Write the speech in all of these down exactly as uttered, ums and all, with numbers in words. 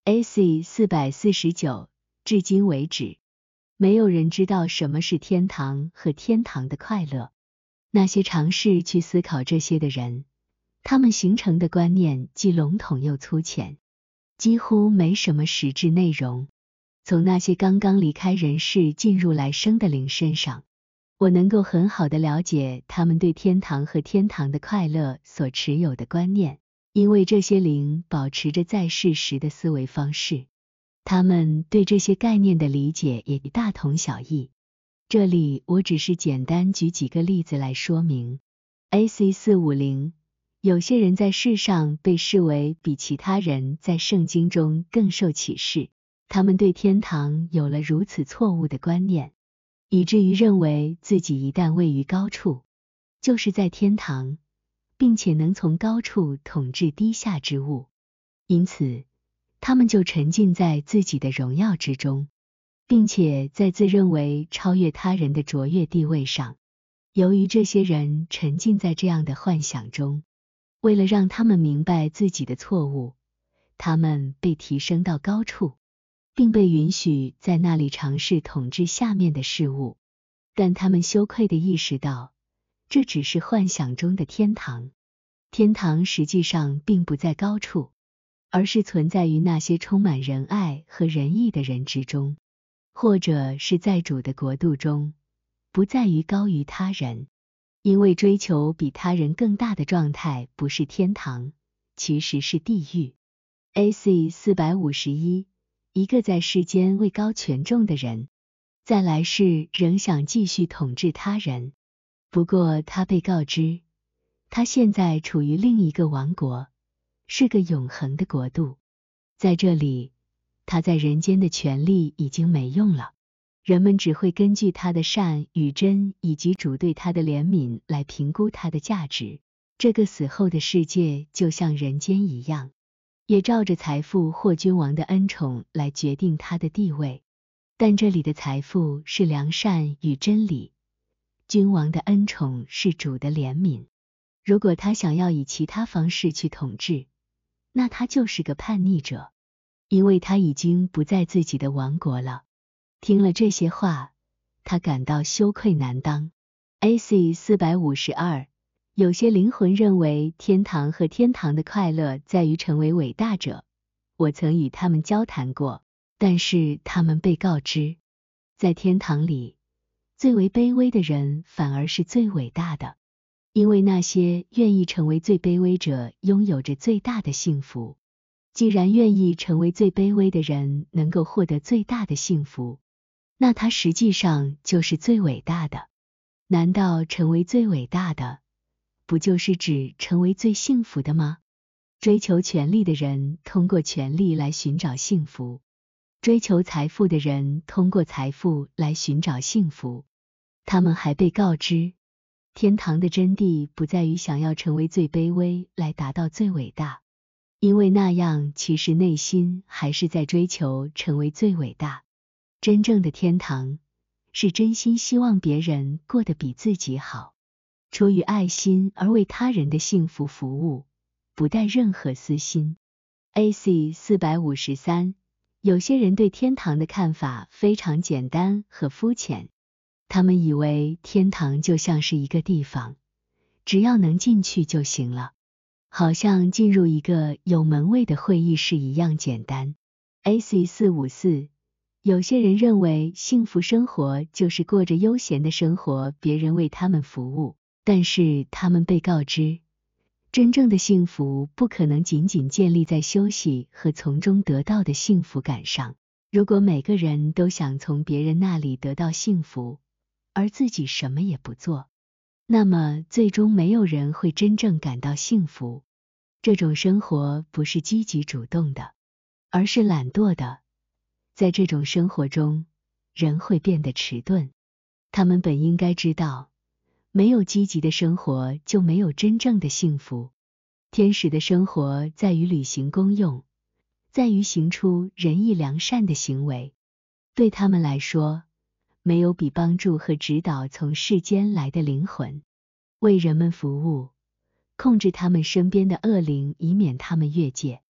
A C 四百四十九，至今为止，没有人知道什么是天堂和天堂的快乐。那些尝试去思考这些的人，他们形成的观念既笼统又粗浅，几乎没什么实质内容。从那些刚刚离开人世进入来生的灵身上，我能够很好的了解他们对天堂和天堂的快乐所持有的观念，因为这些灵保持着在世时的思维方式，他们对这些概念的理解也大同小异。这里我只是简单举几个例子来说明。A C 四五零，有些人在世上被视为比其他人在圣经中更受启示，他们对天堂有了如此错误的观念，以至于认为自己一旦位于高处，就是在天堂，并且能从高处统治低下之物，因此他们就沉浸在自己的荣耀之中，并且在自认为超越他人的卓越地位上。由于这些人沉浸在这样的幻想中，为了让他们明白自己的错误，他们被提升到高处，并被允许在那里尝试统治下面的事物，但他们羞愧地意识到，这只是幻想中的天堂。天堂实际上并不在高处，而是存在于那些充满仁爱和仁义的人之中，或者是在主的国度中，不在于高于他人。因为追求比他人更大的状态不是天堂，其实是地狱。A C 四百五十一，一个在世间位高权重的人，在来世仍想继续统治他人，不过他被告知，他现在处于另一个王国，是个永恒的国度。在这里，他在人间的权利已经没用了，人们只会根据他的善与真以及主对他的怜悯来评估他的价值。这个死后的世界就像人间一样，也照着财富或君王的恩宠来决定他的地位，但这里的财富是良善与真理，君王的恩宠是主的怜悯。如果他想要以其他方式去统治，那他就是个叛逆者，因为他已经不在自己的王国了。听了这些话，他感到羞愧难当。A C 四百五十二，有些灵魂认为天堂和天堂的快乐在于成为伟大者。我曾与他们交谈过，但是他们被告知，在天堂里，最为卑微的人反而是最伟大的，因为那些愿意成为最卑微者拥有着最大的幸福。既然愿意成为最卑微的人能够获得最大的幸福，那他实际上就是最伟大的。难道成为最伟大的，不就是指成为最幸福的吗？追求权力的人通过权力来寻找幸福，追求财富的人通过财富来寻找幸福。他们还被告知，天堂的真谛不在于想要成为最卑微来达到最伟大，因为那样其实内心还是在追求成为最伟大。真正的天堂是真心希望别人过得比自己好，出于爱心而为他人的幸福服务，不带任何私心。A C 四百五十三，有些人对天堂的看法非常简单和肤浅，他们以为天堂就像是一个地方，只要能进去就行了，好像进入一个有门卫的会议室一样简单。A C 四五四，有些人认为幸福生活就是过着悠闲的生活，别人为他们服务，但是他们被告知，真正的幸福不可能仅仅建立在休息和从中得到的幸福感上。如果每个人都想从别人那里得到幸福，而自己什么也不做，那么最终没有人会真正感到幸福。这种生活不是积极主动的，而是懒惰的。在这种生活中，人会变得迟钝。他们本应该知道，没有积极的生活就没有真正的幸福。天使的生活在于履行功用，在于行出仁义良善的行为。对他们来说，没有比帮助和指导从世间来的灵魂，为人们服务，控制他们身边的恶灵，以免他们越界。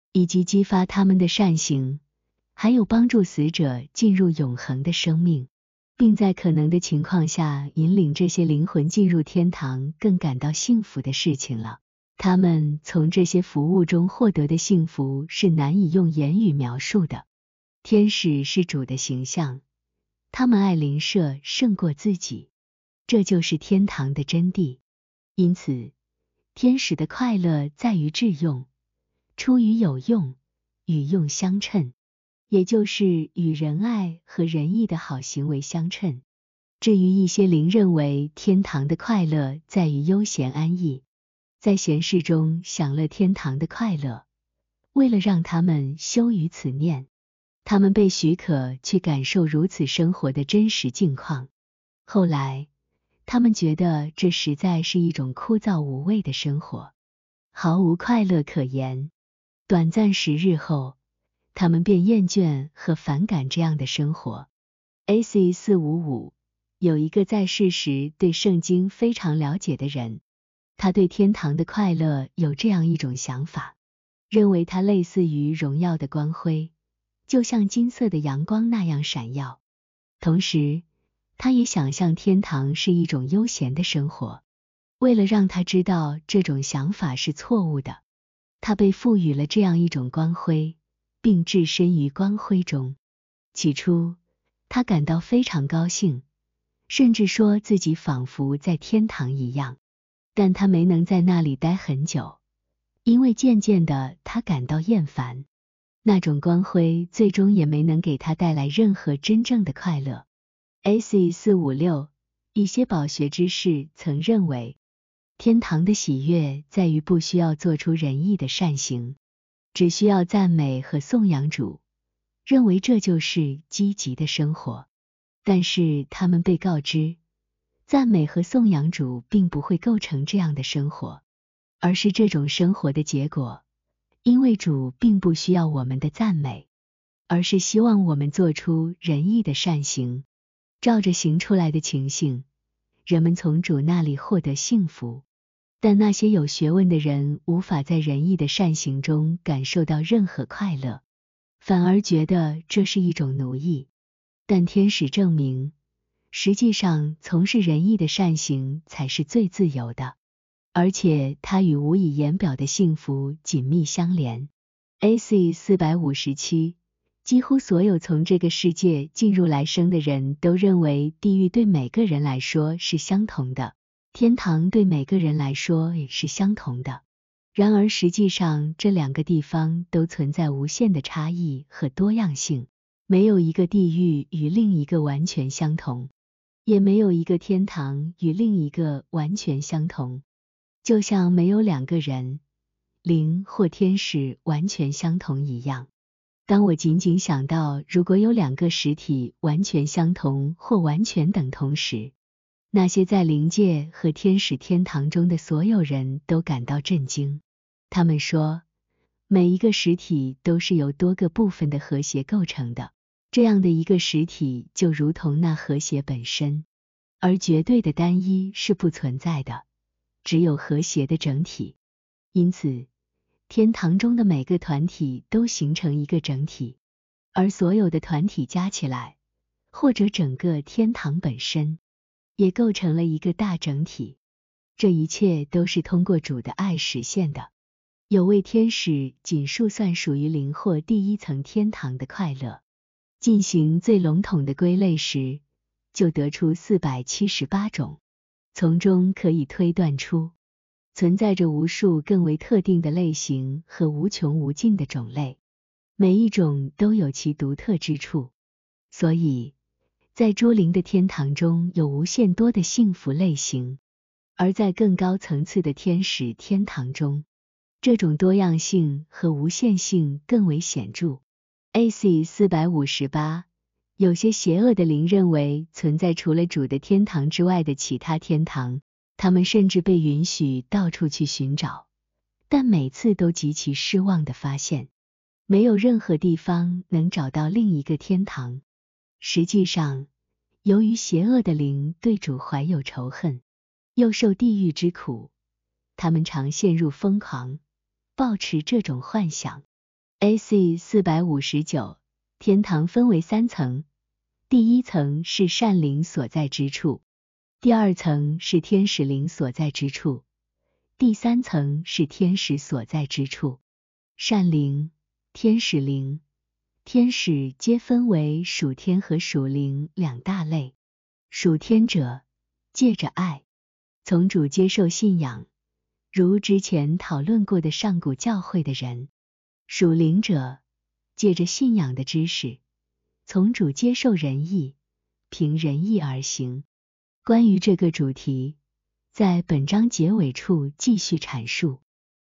以及激发他们的善行，还有帮助死者进入永恒的生命，并在可能的情况下引领这些灵魂进入天堂更感到幸福的事情了。他们从这些服务中获得的幸福是难以用言语描述的。天使是主的形象，他们爱邻舍胜过自己，这就是天堂的真谛。因此，天使的快乐在于致用，出于有用，与用相称，也就是与仁爱和仁义的好行为相称。至于一些灵认为天堂的快乐在于悠闲安逸，在闲适中享乐天堂的快乐，为了让他们羞于此念，他们被许可去感受如此生活的真实境况。后来，他们觉得这实在是一种枯燥无味的生活，毫无快乐可言。短暂十日后，他们便厌倦和反感这样的生活。A C 四五五有一个在世时对圣经非常了解的人，他对天堂的快乐有这样一种想法，认为它类似于荣耀的光辉，就像金色的阳光那样闪耀。同时，他也想象天堂是一种悠闲的生活。为了让他知道这种想法是错误的，他被赋予了这样一种光辉，并置身于光辉中。起初，他感到非常高兴，甚至说自己仿佛在天堂一样，但他没能在那里待很久，因为渐渐的他感到厌烦，那种光辉最终也没能给他带来任何真正的快乐。A C 四五六一些饱学之士曾认为，天堂的喜悦在于不需要做出仁义的善行，只需要赞美和颂扬主，认为这就是积极的生活。但是他们被告知，赞美和颂扬主并不会构成这样的生活，而是这种生活的结果，因为主并不需要我们的赞美，而是希望我们做出仁义的善行。照着行出来的情形，人们从主那里获得幸福。但那些有学问的人无法在仁义的善行中感受到任何快乐，反而觉得这是一种奴役。但天使证明，实际上从事仁义的善行才是最自由的，而且它与无以言表的幸福紧密相连。A C 四五七几乎所有从这个世界进入来生的人都认为地狱对每个人来说是相同的，天堂对每个人来说也是相同的。然而实际上这两个地方都存在无限的差异和多样性，没有一个地狱与另一个完全相同，也没有一个天堂与另一个完全相同，就像没有两个人、灵或天使完全相同一样。当我仅仅想到如果有两个实体完全相同或完全等同时，那些在灵界和天使天堂中的所有人都感到震惊。他们说，每一个实体都是由多个部分的和谐构成的，这样的一个实体就如同那和谐本身，而绝对的单一是不存在的，只有和谐的整体。因此，天堂中的每个团体都形成一个整体，而所有的团体加起来，或者整个天堂本身，也构成了一个大整体。这一切都是通过主的爱实现的。有位天使仅数算属于灵或第一层天堂的快乐，进行最笼统的归类时，就得出四百七十八种，从中可以推断出存在着无数更为特定的类型和无穷无尽的种类，每一种都有其独特之处。所以，在诸灵的天堂中有无限多的幸福类型，而在更高层次的天使天堂中，这种多样性和无限性更为显著。A C 四五八有些邪恶的灵认为存在除了主的天堂之外的其他天堂，他们甚至被允许到处去寻找，但每次都极其失望地发现，没有任何地方能找到另一个天堂。实际上，由于邪恶的灵对主怀有仇恨，又受地狱之苦，他们常陷入疯狂，抱持这种幻想， A C 四百五十九，天堂分为三层，第一层是善灵所在之处，第二层是天使灵所在之处，第三层是天使所在之处。善灵、天使灵、天使皆分为属天和属灵两大类。属天者借着爱从主接受信仰，如之前讨论过的上古教会的人；属灵者借着信仰的知识，从主接受仁义，凭仁义而行。关于这个主题，在本章结尾处继续阐述。